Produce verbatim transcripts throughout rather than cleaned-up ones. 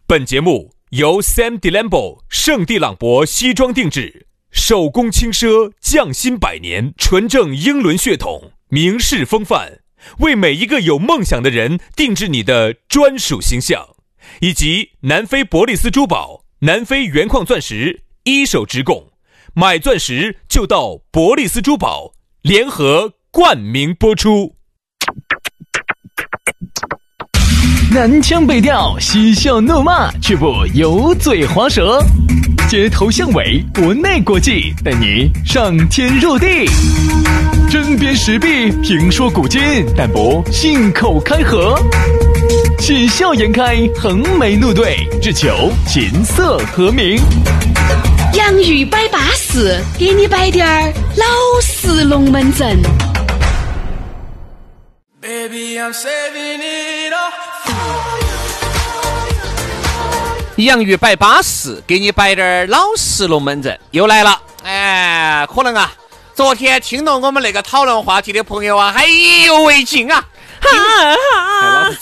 本节目由 Sam Delambo 圣地朗博西装定制，手工轻奢，匠心百年，纯正英伦血统，名士风范，为每一个有梦想的人定制你的专属形象。以及南非伯利斯珠宝、南非原矿钻石一手直供，买钻石就到伯利斯珠宝，联合冠名播出。 南腔北调，嬉笑怒骂，却不油嘴滑舌，街头巷尾，国内国际，带你上天入地，针砭时弊，评说古今，但不信口开河，喜笑颜开，横眉怒对，只求琴瑟和鸣。 洋芋摆巴士，给你摆点儿老式龙门阵。Baby, I'm saving it all. 洋芋摆巴适，给你摆点老实龙门阵，又来了。哎，可能啊，昨天听到我们那个讨论话题的朋友啊，还意犹未尽啊。老师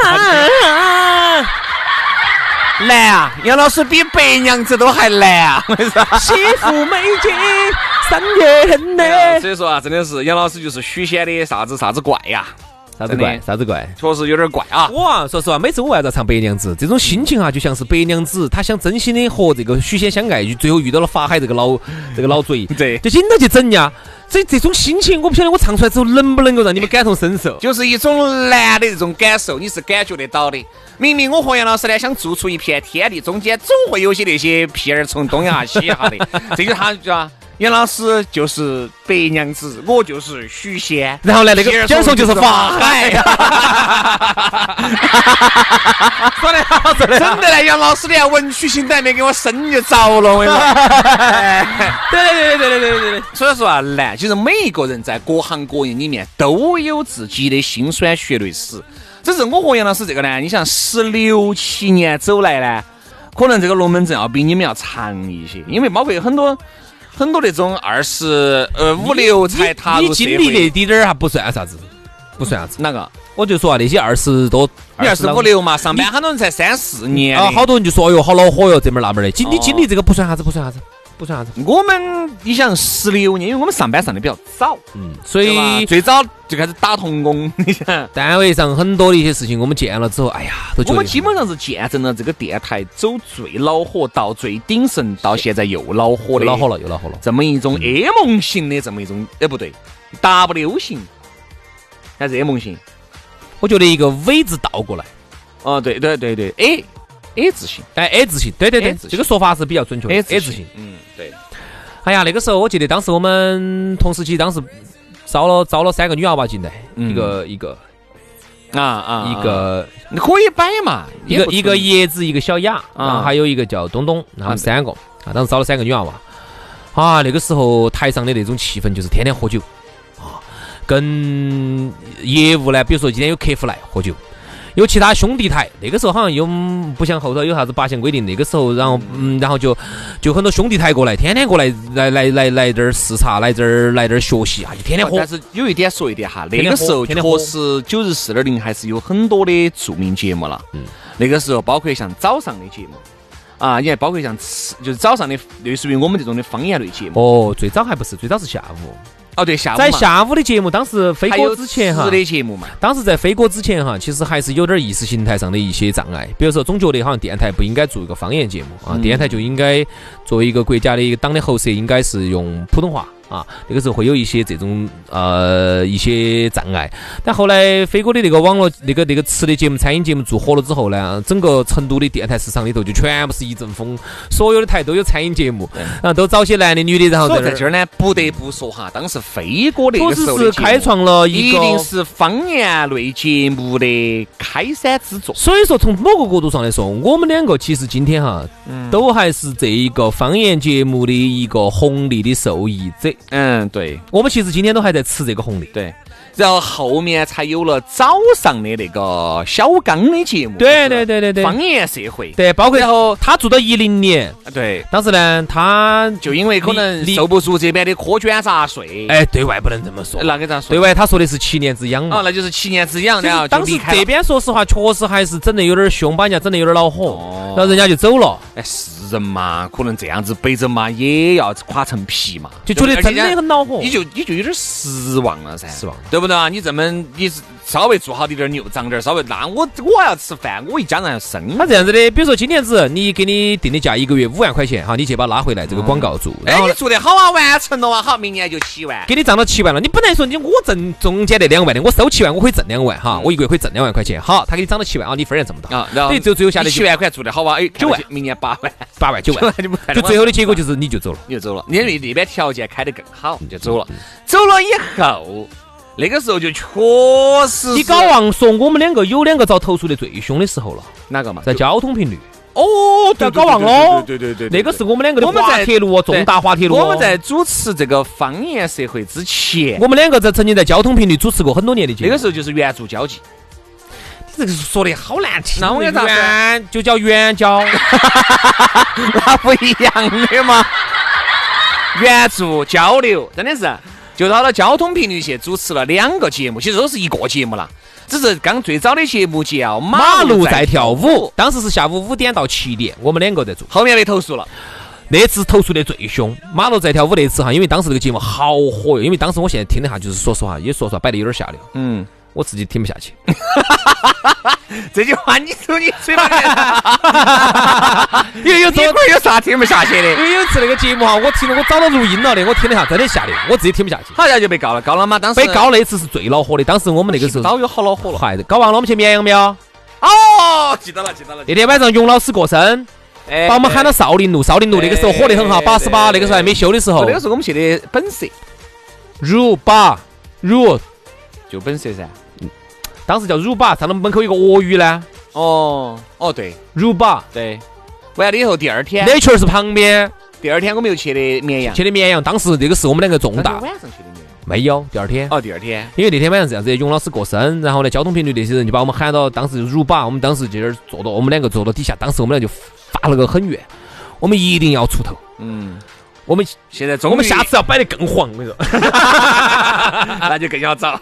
难啊，杨老师比白娘子都还难啊！ 媳妇美景，三月很美。 所以说啊，真的是杨老师就是许仙的啥子啥子怪呀、啊。 啥子怪？啥子怪？ 确实有点怪啊！ 哇，说实话，每次我为啥唱白娘子，这种心情啊，就像是白娘子，她想真心的和这个许仙相爱，最后遇到了法海这个老这个老贼， 对， 就紧到去整呀。这这种心情，我不晓得我唱出来之后能不能够让你们感同身受， 就是一种男的这种感受，你是感觉得到的。明明我和杨老师呢想做出一片天地，中间总会有些那些屁儿从东下西下的，这就他就啊。杨老师就是白娘子，我就是许仙， 然后呢，那个讲说就是法海。 说得好，真的，真的呢，杨老师连文曲星都还没给我生就着了，我跟你说。 对对对对对对对对。 所以说啊，难，其实每一个人在各行各业里面都有自己的辛酸血泪史。只是我和杨老师这个呢，你想十六七年走来呢，可能这个龙门阵要比你们要长一些，因为包括很多。很多那种二十呃五六才踏入社会， 你经历那滴点儿还不算啥子，不算啥子。 哪个？ 我就说啊，那些二十多、 二十五六嘛，上班很多人才三四年啊，好多人就说哟，好恼火哟，这门那门的。经你经历这个不算啥子，不算啥子，不算啥子。 我们你想十六年，因为我们上班上的比较早， 嗯，所以最早就开始打童工。你想， 单位上很多的一些事情，我们见了之后，哎呀，都觉得我们基本上是见证了这个电台走最恼火到最鼎盛，到现在又恼火的， 恼火了，又恼火了， 这么一种 A 梦型的这么一种，哎不对 ，W 型还是 A 梦型？ 我觉得一个 V 字倒过来， 哦，对对对对 ，A A 字型， 哎 A 字型，对对对，这个说法是比较准确的 ，A 字型， 嗯，对。 哎呀，那个时候我记得当时我们同时期当时招了招了三个女娃娃进来， 嗯、 一个一个啊啊， 一个你可以摆嘛， 一个一个椰子，一个小雅， 啊、 然后还有一个叫东东，然后三个啊，当时招了三个女娃娃啊，那个时候台上的那种气氛就是天天喝酒啊，跟业务呢，比如说今天有客户来喝酒。有其他兄弟台，那个时候好像有不像后头有啥子八项规定，那个时候然后嗯，然后就就很多兄弟台过来，天天过来来来来来这儿视察，来这儿来这儿学习啊，就天天喝。 但是有一点说一点哈，那个时候确实九日四点零还是有很多的著名节目了。嗯，那个时候包括像早上的节目啊，也包括像就是早上的类似于我们这种的方言类节目。 哦，最早还不是，最早是下午。 哦，对，下午在下午的节目，当时飞锅之前哈， 的节目嘛， 当时在飞锅之前哈，其实还是有点意识形态上的一些障碍。比如说，总觉得好像电台不应该做一个方言节目啊，嗯、电台就应该作为一个国家的一个党的喉舌，应该是用普通话啊。那个时候会有一些这种呃一些障碍。但后来飞锅的那个网络那个那个吃的节目、餐饮节目做火了之后呢，整个成都的电台市场里头就全部是一阵风，所有的台都有餐饮节目，然后都找些男的女的，然后在在这儿呢，不得不说哈，当时飞锅的。 确实是开创了一个， 一定是方言类节目的开山之作。 所以说，从某个角度上来说，我们两个其实今天哈，嗯、都还是这一个方言节目的一个红利的受益者。 嗯，对， 我们其实今天都还在吃这个红利。 对， 然后后面才有了早上的那个小刚的节目， 对对对对对， 方言社会， 对，包括然后他做到一零年， 对， 当时呢，他就因为可能受不住这边的苛捐杂税， 哎，对外不能这么说， 那个咋说？ 对外他说的是七年之痒嘛， 哦，那就是七年之痒，然后当时这边说实话，确实还是整得有点凶，把人家整得有点恼火， 哦、 然后人家就走了。 哎，是人嘛，可能这样子背着嘛，也要垮成皮嘛， 就觉得真的很恼火， 你就你就有点失望了噻， 失望， 对不对啊？你这么你稍微做好点牛长点，稍微那我我要吃饭，我一家人要生。 他这样子的，比如说今年子你给你定的价一个月五万块钱，哈，你去把它拉回来，这个广告做， 哎，你做得好啊，完成了啊，好，明年就七万， 给你涨到七万了。你本来说你我挣中间那两万的，我收七万，我可以挣两万哈，我一个月可以挣两万块钱，好，他给你涨到七万啊，你分儿挣不到啊，然后对，最最后下来七万块做得好啊，哎， 九万， 明年八万， 八万九万，就最后的结果就是你就走了， 你就走了，你那那边条件开得更好，你就走了，走了以后。那个时候就确实， 你搞忘说我们两个有两个遭投诉的最凶的时候了， 哪个嘛？ 在交通频率。 哦， 对，搞忘了， 对对对， 那个是我们两个的滑铁卢哦，重大滑铁卢。 我们在主持这个方言社会之前， 我们两个在曾经在交通频率主持过很多年的节目。 那个时候就是援助交际， 这个说的好难听。 那我给咋说？就叫援交， 那不一样的嘛。援助交流真的是。就到了交通频率去主持了两个节目，其实都是一个节目了，只是刚最早的节目叫马路在跳舞，当时是下午五点到七点，我们两个在做， 后面被投诉了。 那次投诉的最凶，马路在跳舞那次哈，因为当时这个节目好火，因为当时我现在听了下，就是说实话，也说实话摆的有点下流， 嗯， 我自己听不下去。 这句话你说你嘴巴因为有这会儿有啥听不下去的？ 因为有一次那个节目哈，我听了，我找到录音了的，我听了下真的下流，我自己听不下去。 好像就被告了，告了吗？当时被告那次是最恼火的，当时我们那个时候早有好恼火了， 嗨，搞忘了我们去绵阳没有？ 哦，记得了，记得了。 那天晚上勇老师过生，把我们喊到少林路，少林路那个时候火得很哈，八十八那个时候还没修的时候， 那个时候我们去的本色， 乳把乳就本色噻。 当时叫乳把，上头门口有个俄语呢。 哦哦，对， 乳把， 对。完了以后，第二天那圈是旁边。 第二天我们又去的绵阳， 去的绵阳。当时这个是我们两个重大。 晚上去的绵阳。 没有，第二天。 哦，第二天。 因为那天晚上这样子，勇老师过生，然后呢，交通频率那些人就把我们喊到，当时乳把，我们当时就在坐到，我们两个坐到底下，当时我们俩就发了个很愿，我们一定要出头。 嗯。 我们现在终于， 我们下次要摆得更黄，我跟你说， 那就更要早。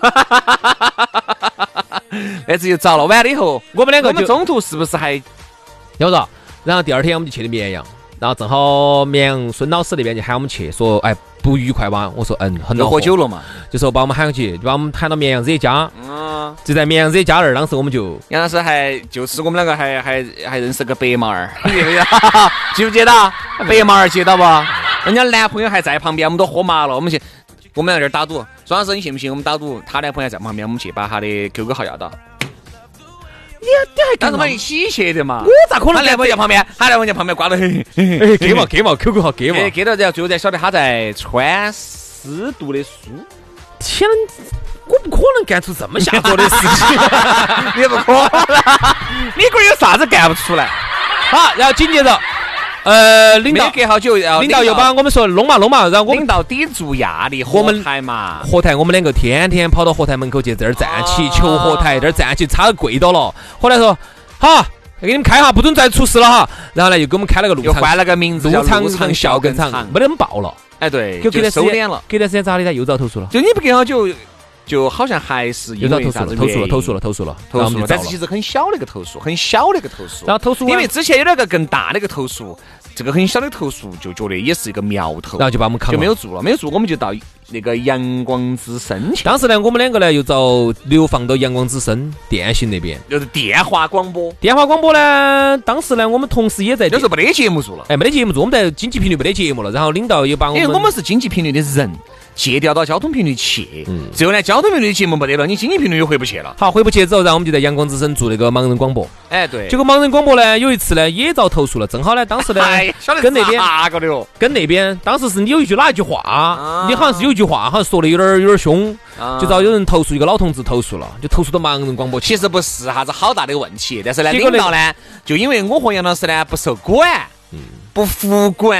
那次就早了，完了以后， 我们两个就我们中途是不是还有着？然后第二天我们就去的绵阳，然后正好绵阳孙老师那边就喊我们去，说哎不愉快吗？我说嗯，很恼火。 喝酒了嘛？ 就说把我们喊过去，就把我们喊到绵阳惹家。嗯，就在绵阳惹家那儿，当时我们就杨老师还就是我们两个还还还认识个白毛儿，记不记得？白毛儿记得不？人家男朋友还在旁边，我们都喝麻了，我们去，我们在这儿打赌。庄老师，你信不信？我们打赌，他男朋友在旁边，我们去把他的 Q Q 号要到。你你还当时嘛一起去的嘛？我咋可能？ 他男朋友在旁边，他男朋友在旁边挂了， 给嘛给嘛 Q Q 号给嘛， 给了，然后最后才晓得他在川师读的书。 天，我不可能干出这么下作的事情， 你不可能，你龟有啥子干不出来？ 好，然后紧接着。呃，领导隔好久， 领导又把我们说弄嘛弄嘛，然后我们领导抵住压力， 我们台嘛， 后台我们两个天天跑到后台门口去，在这儿站起求后台，这儿站起，差点跪到了。后来说好，给你们开哈，不准再出事了哈。然后呢，又给我们开了个路， 又换了个名字， 路长长笑更长，没得人报了。 哎，对， 就给他收敛了。 给段时间咋的？他又遭投诉了。 就你不给好久。就好像还是因为啥子投诉了，投诉了，投诉了， 投诉了。但是其实很小的一个投诉，很小的一个投诉。 然后投诉， 因为之前有那个更大的一个投诉，这个很小的投诉就觉得也是一个苗头， 然后就把我们扛了， 就没有做了，没有做，我们就到那个阳光之声去。 当时呢，我们两个呢又遭流放到阳光之声电信那边， 就是电话广播。 电话广播呢，当时呢我们同时也在， 就是没得节目做了， 哎，没得节目做，我们在经济频率没得节目了，然后领导又把我们， 因为我们是经济频率的人。借调到交通频率去，嗯，最后呢，交通频率的节目没得了，你经济频率又回不去了。 好，回不去之后，然后我们就在阳光之声做那个盲人广播。 哎，对。 结果盲人广播呢，有一次呢也遭投诉了，正好呢，当时呢， 哎、 跟那边哪个的哦？ 跟那边当时是你有一句哪一句话，啊、你好像是有一句话，好像说的有点有点凶，啊、就遭有人投诉，一个老同志投诉了，就投诉到盲人广播。 其实不是啥子好大的问题，但是呢，领导呢，就因为我和杨老师呢不受管，嗯，不服管。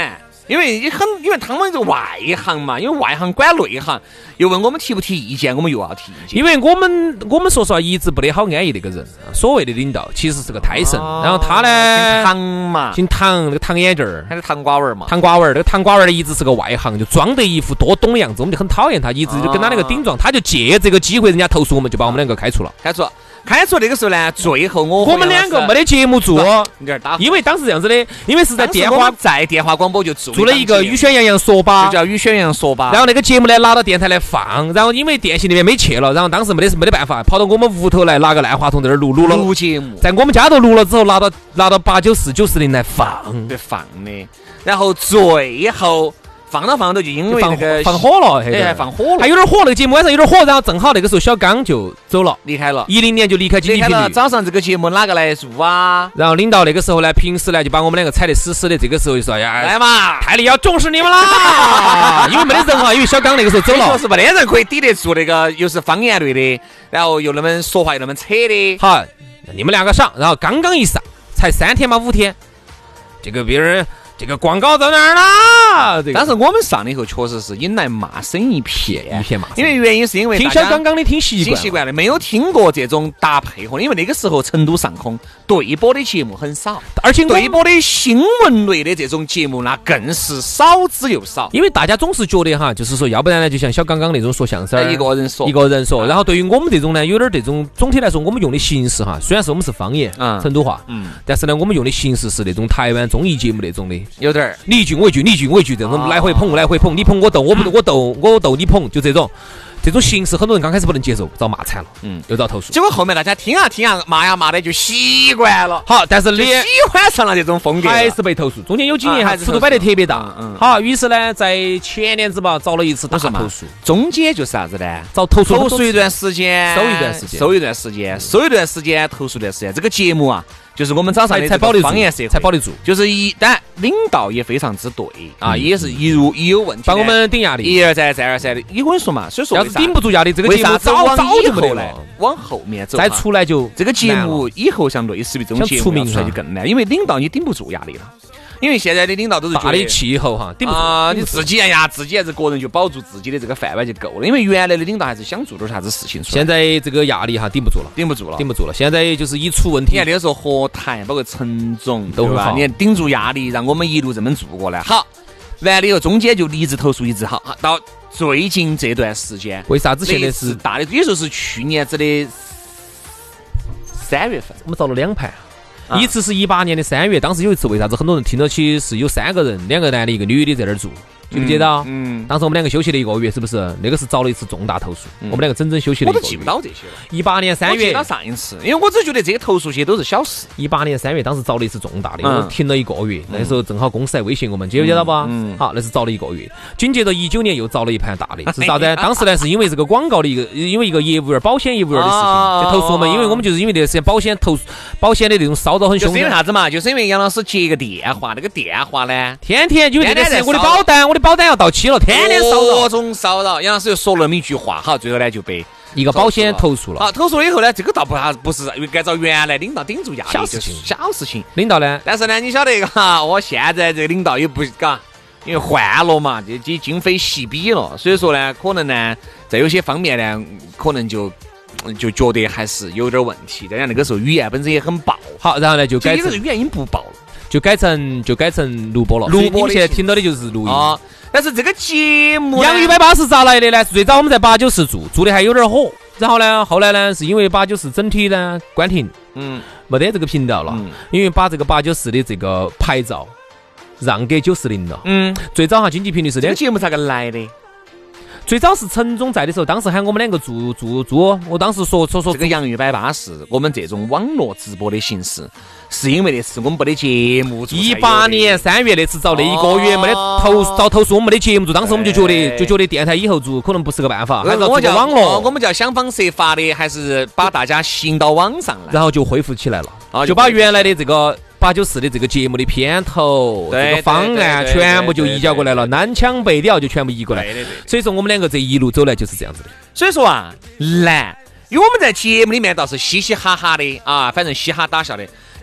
因为你很，因为他们这个外行嘛，因为外行管内行，又问我们提不提意见，我们又要提意见。 因为我们我们说实话一直不得好安逸那个人，所谓的领导其实是个胎神， 哦、 然后他呢， 姓唐嘛， 姓唐，那个唐眼镜儿， 还是唐瓜娃儿嘛， 唐瓜娃儿，那个唐瓜娃儿一直是个外行，就装得一副多懂的样子，我们就很讨厌他，一直就跟他那个顶撞，他就借这个机会，人家投诉我们，就把我们两个开除了， 开除。开除那个时候呢，最后我我们两个没得节目做， 有点打， 因为当时这样子的，因为是在电话在电话广播就做做了一个雨轩洋洋说吧， 就叫雨轩洋洋说吧。 然后那个节目呢拿到电台来放，然后因为电信那边没去了，然后当时没得没得办法，跑到我们屋头来拿个烂话筒在那儿录录了录节目， 在我们家头录了之后，拿到拿到八九四九四零来放， 对放的，然后最后。放到放到就因为那个放火了， 哎，放火了， 还有点火，那个节目晚上有点火，然后正好那个时候小刚就走了， 离开了， 一零年就离开经济频率。 早上这个节目哪个来做啊？ 然后领导那个时候呢，平时呢就把我们两个踩得死死的，这个时候就说呀， 来嘛， 台里要重视你们啦，因为没得人哈，因为小刚那个时候走了， 说是没得人可以抵得住那个又是方言类的，然后又那么说话又那么扯的。 好，你们两个上，然后刚刚一上，才三天嘛五天，这个别人。这个广告在哪儿呢？这个、 但是我们上了以后，确实是引来骂声一片， 一片骂声。 因为原因是因为听小刚刚的听习惯， 听习惯了，没有听过这种搭配合。因为那个时候成都上空对播的节目很少， 而且对播的新闻类的这种节目那更是少之又少。 因为大家总是觉得哈，就是说，要不然呢，就像小刚刚那种说相声， 一个人说， 一个人说。然后对于我们这种呢，有点这种总体来说，我们用的形式哈，虽然是我们是方言，嗯，成都话，嗯，但是呢，我们用的形式是那种台湾综艺节目那种的， 有点儿。 你一句我一句，你一句我一句，这种来回捧来回捧，你捧我逗，我不我逗我逗你捧，就这种这种形式，很多人刚开始不能接受，遭骂惨了，嗯，又遭投诉。 结果后面大家听啊听啊骂呀骂的就习惯了， 好，但是你喜欢上了这种风格， 还是被投诉。中间有几年还尺度摆得特别大，嗯，好，于是呢，在前年子吧，遭了一次大投诉。 中间就是啥子呢？ 遭投诉， 投诉一段时间， 收一段时间， 收一段时间，收一段时间，投诉一段时间。这个节目啊。就是我们早上的才保得住， 方言社会才保得住。 就是一，但领导也非常之对啊， 嗯、 也是一如一有问题， 帮我们顶压力， 一而再再而三的。一我跟你说嘛，所以说要是顶不住压力，这个节目早早就没得了。 往后面走， 再出来就这个节目以后像类似于这种节目出来就更难，因为领导你顶不住压力了。因为现在的领导都是大的气候哈，顶不住啊！你自己哎呀，自己还是个人就保住自己的这个饭碗就够了。因为原来的领导还是想做点啥子事情出来， 现在这个压力哈顶不住了， 顶不住了， 顶不住了。现在就是一出问题， 你看那个时候何台包括陈总都很好， 你看顶住压力，让我们一路这么做过来。好，完了以后中间就一直投诉一直好，到最近这段时间， 为啥子现在是大的？也就是去年子的三月份， 我们遭了两盘。啊、一次是一八年的三月，当时有一次，为啥子很多人听到起是有三个人，两个男的，一个女的在那儿住，记不记得？嗯，当时我们两个休息了一个月，是不是？那个是遭了一次重大投诉，嗯、我们两个整整休息了一个月。 我都记不到这些了。 一八年三月， 我记到上一次，因为我只觉得这些投诉些都是小事。 一八年三月，当时遭了一次重大的，嗯、我停了一个月，那时候正好公司还威胁我们，记不记得吧？嗯，好，那是遭了一个月。紧接着一九年又遭了一盘大的，是啥子？当时呢是因为这个广告的一个，因为一个业务员、保险业务员的事情，就投诉我们，因为我们就是因为这个时间保险投保险的那种骚扰很凶。 就是因为啥子嘛？就是因为杨老师接个电话，那个电话呢， 天天因为这个是我的保单，我的保单要到期了，天天骚扰， 各种骚扰。杨老师又说那么一句话，好，最后呢就被一个保险投诉了。 好，投诉了以后呢，这个倒不不是按照原来领导顶住压力， 小事情， 小事情。 领导呢， 但是呢，你晓得哈，我现在这个领导也不嘎，因为换了嘛，这这今非昔比了，所以说呢，可能呢，在有些方面呢，可能就。就觉得还是有点问题，再加上那个时候语言本身也很爆， 好，然后呢就改成语言已经不爆了， 就改成就改成录播了。 录播现在听到的就是录音啊。但是这个节目洋芋摆巴是咋来的呢？最早我们在八九四做，做的还有点火，然后呢，后来呢是因为八九四整体呢关停，嗯，没得这个频道了，嗯、因为把这个八九四的这个牌照让给九四零了。嗯，最早哈经济频率是这个节目咋个来的？ 最早是陈总在的时候，当时喊我们两个做做做，我当时说说说这个洋芋摆巴士，我们这种网络直播的形式，是因为那次我们没得节目做。 一八年三月那次遭那一个月没得投遭投诉，我们没得节目做，当时我们就觉得就觉得电台以后做可能不是个办法，还是要做个网络。 我们叫想方设法的，还是把大家吸引到网上来， 然后就恢复起来了，就把原来的这个。八九四的这个节目的片头，这个方案全部就移交过来了，南腔北调就全部移过来。对对对。所以说我们两个这一路走来就是这样子的。 所以说啊，难，因为我们在节目里面倒是嘻嘻哈哈的啊，反正嘻哈打笑的。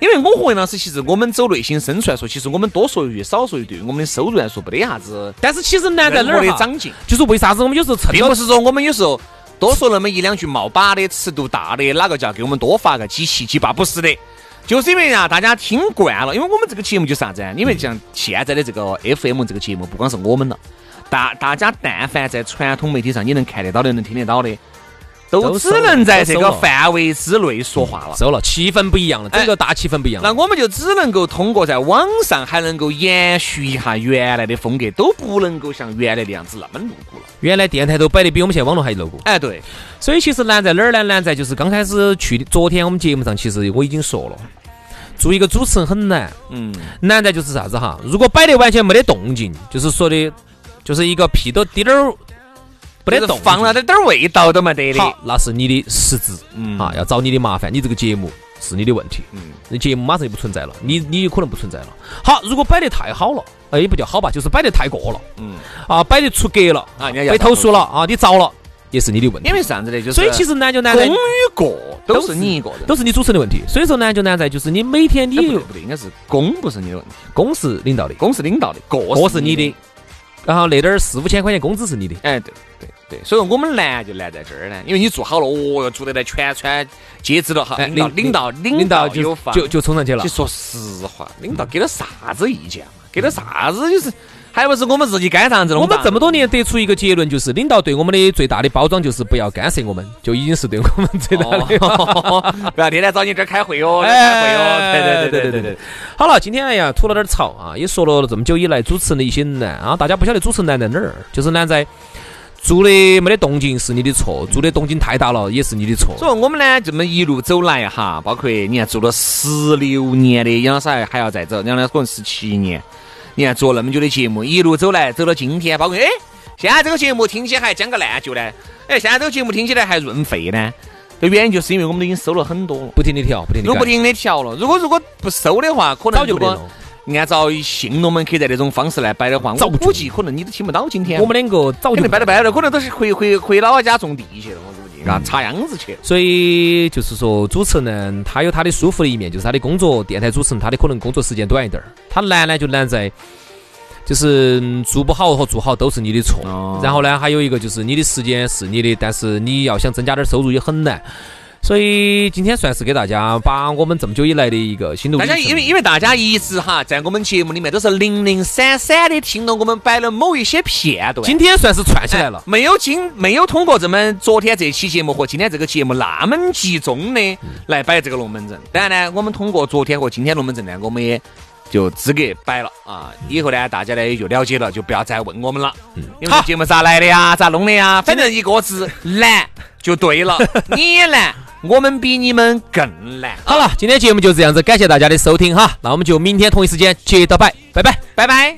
因为我和杨老师其实我们走内心深处来说，其实我们多说一句少说一句，对我们的收入来说没得啥子。 但是其实难在哪儿的长进， 就是为啥子我们有时候并不是说我们有时候多说那么一两句冒把的、尺度大的，哪个叫给我们多发个几七几八，不是的。就是因为啊，大家听惯了，因为我们这个节目就是啥子啊？因为像现在的这个 F M 这个节目，不光是我们了，大大家但凡在传统媒体上你能看得到的、能听得到的，都只能在这个范围之内说话了。 收了，气氛不一样了，整个大气氛不一样了。 那我们就只能够通过在网上还能够延续一下原来的风格，都不能够像原来的样子那么露骨了。 原来电台都摆得比我们现在网络还露骨。 哎，对。 所以其实难在哪儿呢？难在就是刚开始去，昨天我们节目上其实我已经说了，做一个主持人很难。嗯，难在就是啥子哈？如果摆得完全没得动静，就是说的，就是一个屁都滴点儿。不得动， 放了点点味道都没得的。 好，那是你的失职，嗯啊，要找你的麻烦。你这个节目是你的问题，嗯，你节目马上就不存在了，你你可能不存在了。好，如果摆得太好了，哎，也不叫好吧，就是摆得太过了，嗯啊，摆得出格了啊，被投诉了啊，你遭了，也是你的问题。 因为啥子呢？就是所以其实难就难在功与过都是你一个人， 都是你主持人的问题。所以说难就难在就是你每天你不对不对，应该是功不是你的问题， 功是领导的， 功是领导的，过过是你的。然后那点四五千块钱工资是你的， 哎，对对对，所以说我们难就难在这儿呢，因为你做好了，哦，做得来全川皆知了哈，领导领导领导就就就冲上去了。 就说实话，领导给了啥子意见嘛？给了啥子就是。还不是我们自己该这样子弄。 我们这么多年得出一个结论，就是领导对我们的最大的包装就是不要干涉我们，就已经是对我们最大的。 哦、不要天天找你这儿开会哦，开会哦。对对对对对对。 好了，今天哎呀吐了点槽啊，也说了这么久以来主持人的一些难啊，大家不晓得主持人难在哪儿，就是难在做的没得动静是你的错，做的动静太大了也是你的错。 所以我们呢这么一路走来哈，包括你看做了十六年的杨老师还要再走，杨老师可能十七年。你看做那么久的节目，一路走来走到今天，包括哎，现在这个节目听起来还讲个烂就呢，哎，现在这个节目听起来还润肺呢。的原因就是因为我们都已经收了很多了， 不停的调，不停的改，不停的调了。如果如果不收的话，可能如果按照信农们刻在那种方式来摆的话，我估计可能你都听不到今天。 我们两个早就摆都摆了，可能都是回回回老家种地去了，我估计啊，插秧子去。 所以就是说，主持人呢，他有他的舒服的一面，就是他的工作，电台主持人他的可能工作时间短一点，他难呢就难在。就是做不好和做好都是你的错，哦、然后呢，还有一个就是你的时间是你的，但是你要想增加点收入也很难。所以今天算是给大家把我们这么久以来的一个心路历程， 大家因为因为大家一直哈在我们节目里面都是零零散散的听到我们摆了某一些片段， 今天算是串起来了， 哎、没有经没有通过这么昨天这期节目和今天这个节目那么集中的来摆这个龙门阵。当然呢，我们通过昨天和今天龙门阵呢，我们也。就资格摆了啊！以后呢，大家呢也就了解了，就不要再问我们了。嗯，因为节目咋来的呀？咋弄的呀？反正一个字难就对了。你也难，我们比你们更难。 好了，今天节目就这样子，感谢大家的收听哈。那我们就明天同一时间接着摆，拜拜， 拜拜。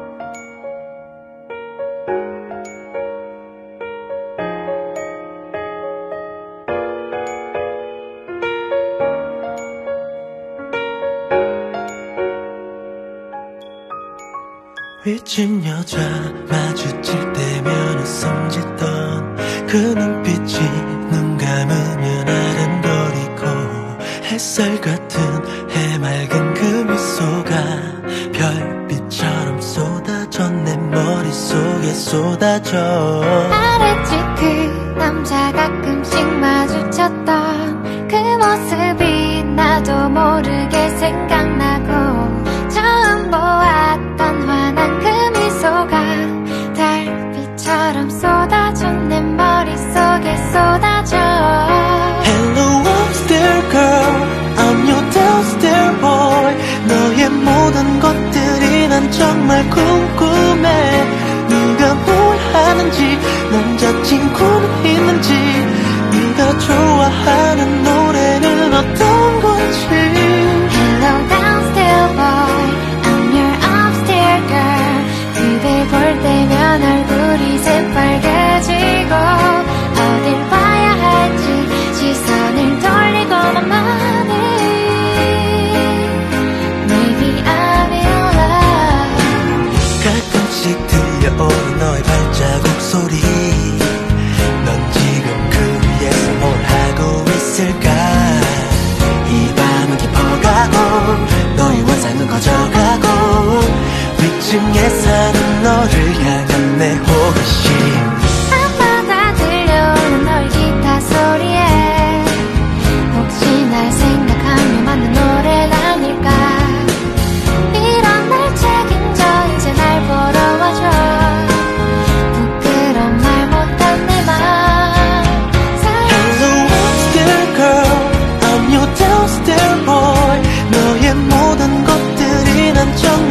미친 여자 마주칠 때면 숨짓던 그 눈빛이 눈 감으면 아른거리고 햇살 같은 해맑은 그 미소가 별빛처럼 쏟아져 내 머릿속에 쏟아져 알았지 그 남자 가끔씩 마주쳤던 그 모습이 나도 모르게 생각나고 처음 보았던 환한 그 미소가 달빛처럼 쏟아져 내 머릿속에 쏟아져 Hello upstairs girl I'm your downstairs boy 너의 모든 것들이 난 정말 궁금해 네가 뭘 하는지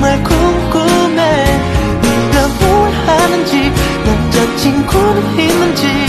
정말 궁금해 네가 뭘 하는지 남자친구는 있는지